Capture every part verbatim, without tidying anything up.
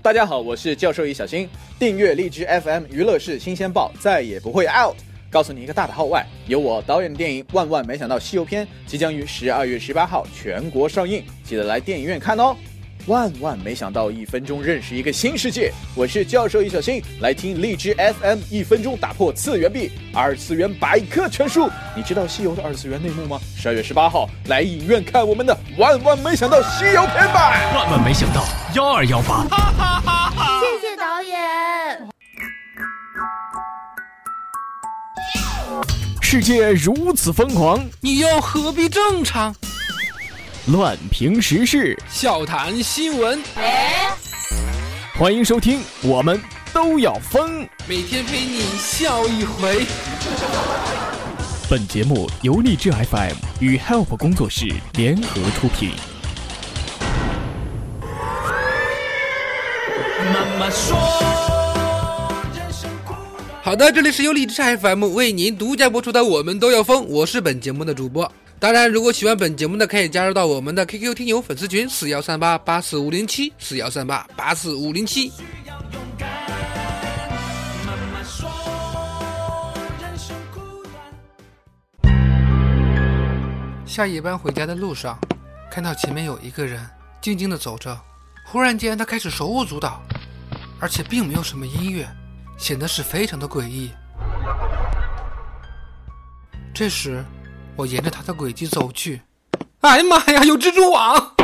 大家好，我是教授易小星，订阅荔枝 F M 娱乐室新鲜报，再也不会 out。告诉你一个大的号外，由我导演的电影《万万没想到西游篇》即将于十二月十八号全国上映，记得来电影院看哦。万万没想到，一分钟认识一个新世界。我是教授易小星，来听荔枝 F M， 一分钟打破次元壁，二次元百科全书。你知道西游的二次元内幕吗？十二月十八号来影院看我们的万万没想到西游篇吧！ 万万没想到幺二幺八， 谢谢导演。 世界如此疯狂， 你又何必正常？ 乱评时事， 笑谈新闻， 欢迎收听，我们都要疯， 每天陪你笑一回。 本节目由荔枝 F M 与 Help 工作室联合出品。 妈妈说，好的，这里是由荔枝 F M 为您独家播出的《我们都要疯》，我是本节目的主播。当然，如果喜欢本节目的，可以加入到我们的 Q Q 听友粉丝群四一三八八四五零七四一三八八四五零七。下夜班回家的路上，看到前面有一个人静静地走着，忽然间他开始手舞足蹈，而且并没有什么音乐，显得是非常的诡异。这时我沿着他的轨迹走去，哎呀妈呀，有蜘蛛网！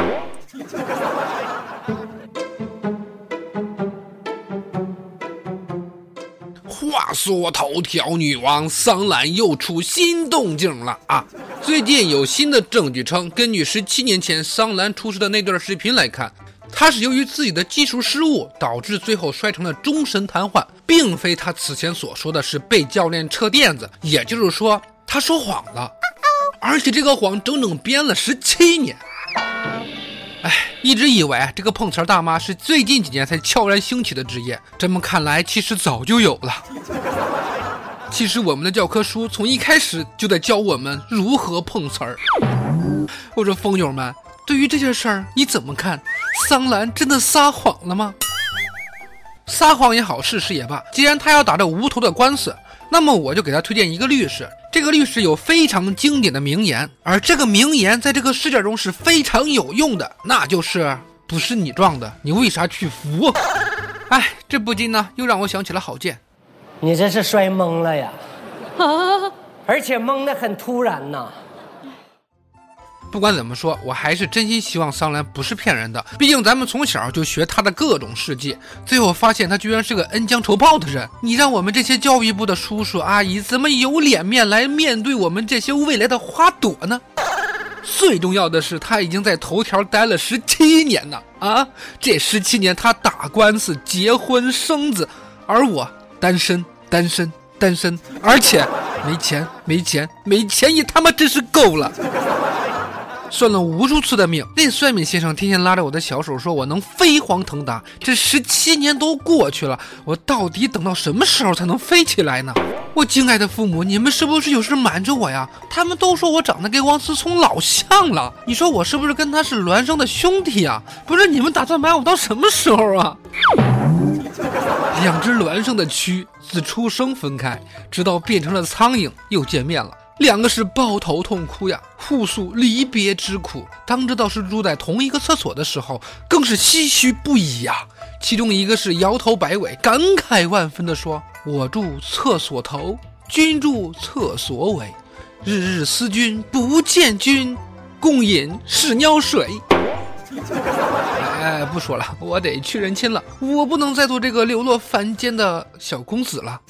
话说头条女王桑兰又出新动静了啊！最近有新的证据称，根据十七年前桑兰出事的那段视频来看，她是由于自己的技术失误导致最后摔成了终身瘫痪，并非她此前所说的是被教练撤垫子，也就是说她说谎了，而且这个谎整整编了十七年。哎，一直以为这个碰瓷大妈是最近几年才悄然兴起的职业，这么看来其实早就有了。其实我们的教科书从一开始就在教我们如何碰瓷儿。我说疯友们，对于这件事儿你怎么看？桑兰真的撒谎了吗？撒谎也好，事实也罢，既然他要打着无头的官司，那么我就给他推荐一个律师。这个律师有非常经典的名言，而这个名言在这个世界中是非常有用的，那就是不是你撞的，你为啥去扶？哎，这不禁呢又让我想起了郝建。 你这是摔懵了呀，啊，而且懵得很突然呐。 不管怎么说，我还是真心希望桑兰不是骗人的，毕竟咱们从小就学他的各种事迹，最后发现他居然是个恩将仇报的人。你让我们这些教育部的叔叔阿姨怎么有脸面来面对我们这些未来的花朵呢？最重要的是，他已经在头条待了十七年了啊！这十七年他打官司、结婚、生子，而我单身、单身、单身，而且没钱、没钱、没钱，也他妈真是够了。算了无数次的命，那算命先生天天拉着我的小手说我能飞黄腾达，这十七年都过去了，我到底等到什么时候才能飞起来呢？我敬爱的父母，你们是不是有事瞒着我呀？他们都说我长得跟王思聪老像了，你说我是不是跟他是孪生的兄弟啊？不是，你们打算瞒我到什么时候啊？两只孪生的蛆自出生分开，直到变成了苍蝇又见面了，两个是抱头痛哭呀，互诉离别之苦。当知道是住在同一个厕所的时候，更是唏嘘不已呀。其中一个是摇头摆尾，感慨万分地说：“我住厕所头，君住厕所尾，日日思君不见君，共饮屎尿水。”哎，不说了，我得去认亲了，我不能再做这个流落凡间的小公子了。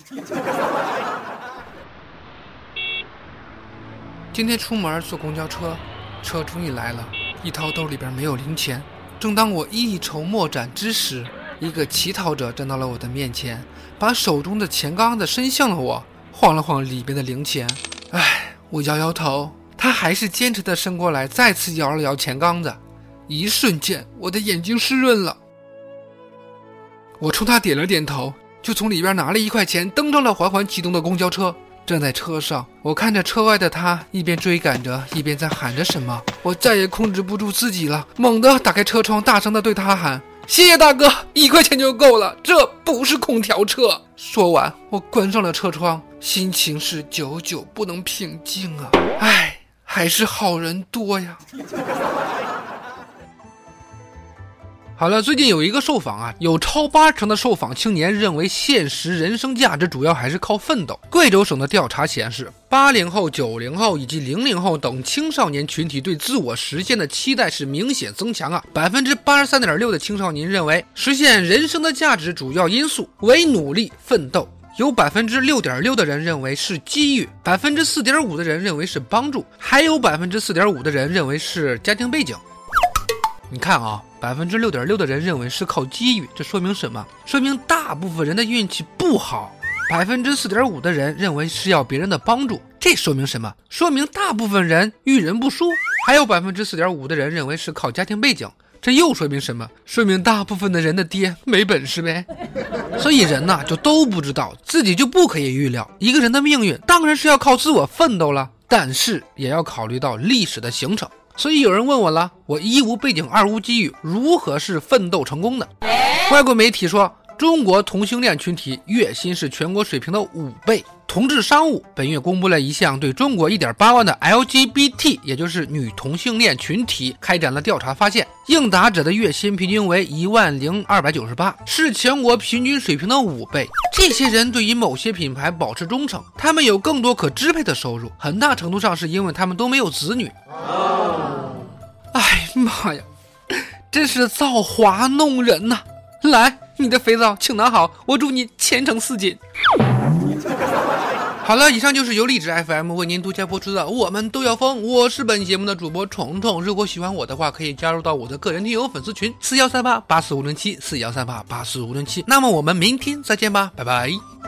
今天出门坐公交车，车终于来了，一掏兜里边没有零钱。正当我一筹莫展之时，一个乞讨者站到了我的面前，把手中的钱缸子伸向了我，晃了晃里边的零钱。哎，我摇摇头，他还是坚持的伸过来，再次摇了摇钱缸子。一瞬间，我的眼睛湿润了。我冲他点了点头，就从里边拿了一块钱，登上了缓缓启动的公交车。站在车上，我看着车外的他，一边追赶着，一边在喊着什么。我再也控制不住自己了，猛地打开车窗，大声地对他喊：“ 谢谢大哥，一块钱就够了，这不是空调车。说完，我关上了车窗，心情是久久不能平静啊！唉，还是好人多呀。好了，最近有一个受访啊，有超八成的受访青年认为现实人生价值主要还是靠奋斗。贵州省的调查显示，八零后、九零后以及零零后等青少年群体对自我实现的期待是明显增强啊。百分之八十三点六的青少年认为，实现人生的价值主要因素为努力奋斗。有 百分之六点六 的人认为是机遇， 百分之四点五 的人认为是帮助，还有 百分之四点五 的人认为是家庭背景。你看啊， 百分之六点六 的人认为是靠机遇，这说明什么？说明大部分人的运气不好。 百分之四点五 的人认为是要别人的帮助，这说明什么？说明大部分人遇人不淑。还有 百分之四点五 的人认为是靠家庭背景，这又说明什么？说明大部分的人的爹没本事呗。所以人呐，就都不知道，自己就不可以预料。一个人的命运当然是要靠自我奋斗了，但是也要考虑到历史的形成。所以有人问我了，我一无背景，二无机遇，如何是奋斗成功的？外国媒体说，中国同性恋群体月薪是全国水平的五倍。同志商务本月公布了一项对中国 一点八万的 L G B T， 也就是女同性恋群体开展了调查，发现应答者的月薪平均为一万零二百九十八，是全国平均水平的五倍。这些人对于某些品牌保持忠诚，他们有更多可支配的收入，很大程度上是因为他们都没有子女。哎妈呀，真是造化弄人呐！来，你的肥皂请拿好，我祝你前程似锦。好了，以上就是由荔枝 F M 为您独家播出的我们都要疯，我是本节目的主播虫虫。如果喜欢我的话，可以加入到我的个人听友粉丝群四一三八八四五零七四一三八八四五零七。那么我们明天再见吧，拜拜。